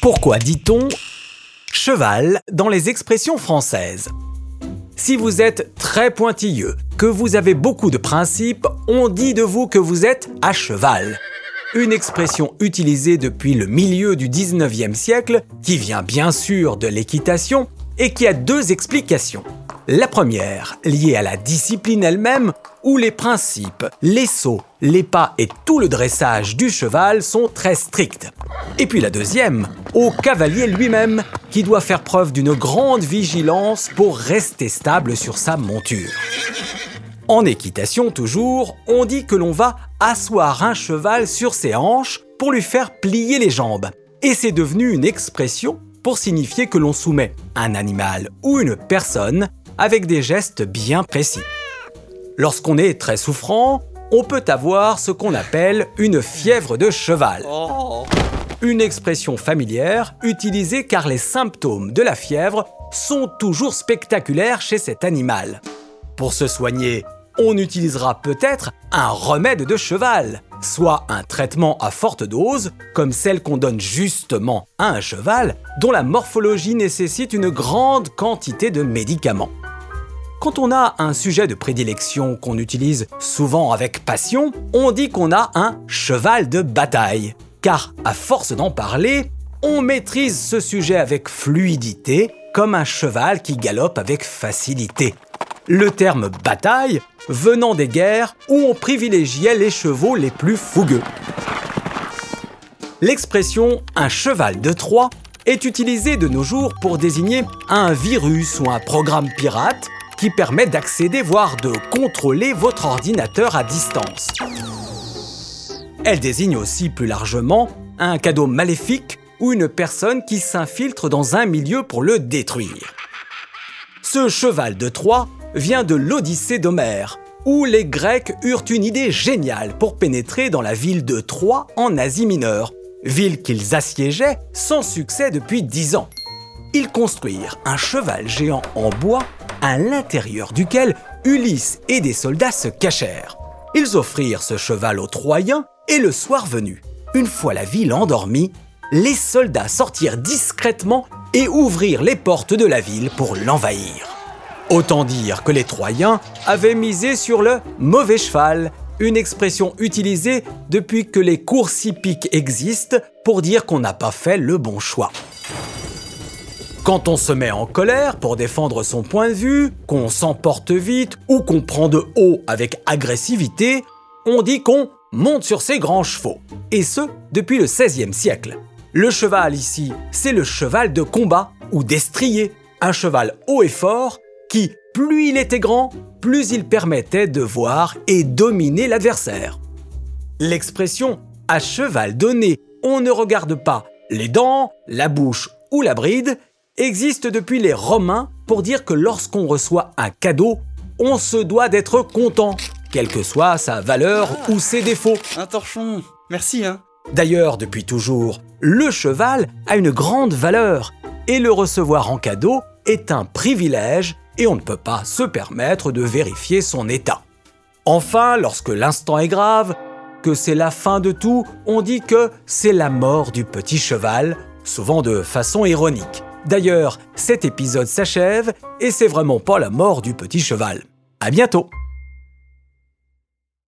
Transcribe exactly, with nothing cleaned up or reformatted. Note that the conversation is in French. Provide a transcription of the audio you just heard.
Pourquoi dit-on « cheval » dans les expressions françaises ? Si vous êtes très pointilleux, que vous avez beaucoup de principes, on dit de vous que vous êtes à cheval. Une expression utilisée depuis le milieu du dix-neuvième siècle, qui vient bien sûr de l'équitation et qui a deux explications. La première, liée à la discipline elle-même, où les principes, les sauts, les pas et tout le dressage du cheval sont très stricts. Et puis la deuxième, au cavalier lui-même, qui doit faire preuve d'une grande vigilance pour rester stable sur sa monture. En équitation toujours, on dit que l'on va asseoir un cheval sur ses hanches pour lui faire plier les jambes. Et c'est devenu une expression pour signifier que l'on soumet un animal ou une personne avec des gestes bien précis. Lorsqu'on est très souffrant, on peut avoir ce qu'on appelle une fièvre de cheval. Une expression familière utilisée car les symptômes de la fièvre sont toujours spectaculaires chez cet animal. Pour se soigner, on utilisera peut-être un remède de cheval, soit un traitement à forte dose, comme celle qu'on donne justement à un cheval, dont la morphologie nécessite une grande quantité de médicaments. Quand on a un sujet de prédilection qu'on utilise souvent avec passion, on dit qu'on a un cheval de bataille. Car à force d'en parler, on maîtrise ce sujet avec fluidité, comme un cheval qui galope avec facilité. Le terme « bataille » venant des guerres où on privilégiait les chevaux les plus fougueux. L'expression « un cheval de Troie » est utilisée de nos jours pour désigner un virus ou un programme pirate qui permet d'accéder, voire de contrôler votre ordinateur à distance. Elle désigne aussi plus largement un cadeau maléfique ou une personne qui s'infiltre dans un milieu pour le détruire. Ce cheval de Troie vient de l'Odyssée d'Homère, où les Grecs eurent une idée géniale pour pénétrer dans la ville de Troie en Asie mineure, ville qu'ils assiégeaient sans succès depuis dix ans. Ils construisirent un cheval géant en bois à l'intérieur duquel Ulysse et des soldats se cachèrent. Ils offrirent ce cheval aux Troyens et le soir venu, une fois la ville endormie, les soldats sortirent discrètement et ouvrirent les portes de la ville pour l'envahir. Autant dire que les Troyens avaient misé sur le mauvais cheval, une expression utilisée depuis que les courses hippiques existent pour dire qu'on n'a pas fait le bon choix. Quand on se met en colère pour défendre son point de vue, qu'on s'emporte vite ou qu'on prend de haut avec agressivité, on dit qu'on monte sur ses grands chevaux, et ce, depuis le seizième siècle. Le cheval ici, c'est le cheval de combat ou destrier, un cheval haut et fort qui, plus il était grand, plus il permettait de voir et dominer l'adversaire. L'expression « à cheval donné, on ne regarde pas les dents, la bouche ou la bride » existe depuis les Romains pour dire que lorsqu'on reçoit un cadeau, on se doit d'être content, quelle que soit sa valeur ah, ou ses défauts. Un torchon, merci hein. D'ailleurs, depuis toujours, le cheval a une grande valeur et le recevoir en cadeau est un privilège et on ne peut pas se permettre de vérifier son état. Enfin, lorsque l'instant est grave, que c'est la fin de tout, on dit que c'est la mort du petit cheval, souvent de façon ironique. D'ailleurs, cet épisode s'achève et c'est vraiment pas la mort du petit cheval. À bientôt!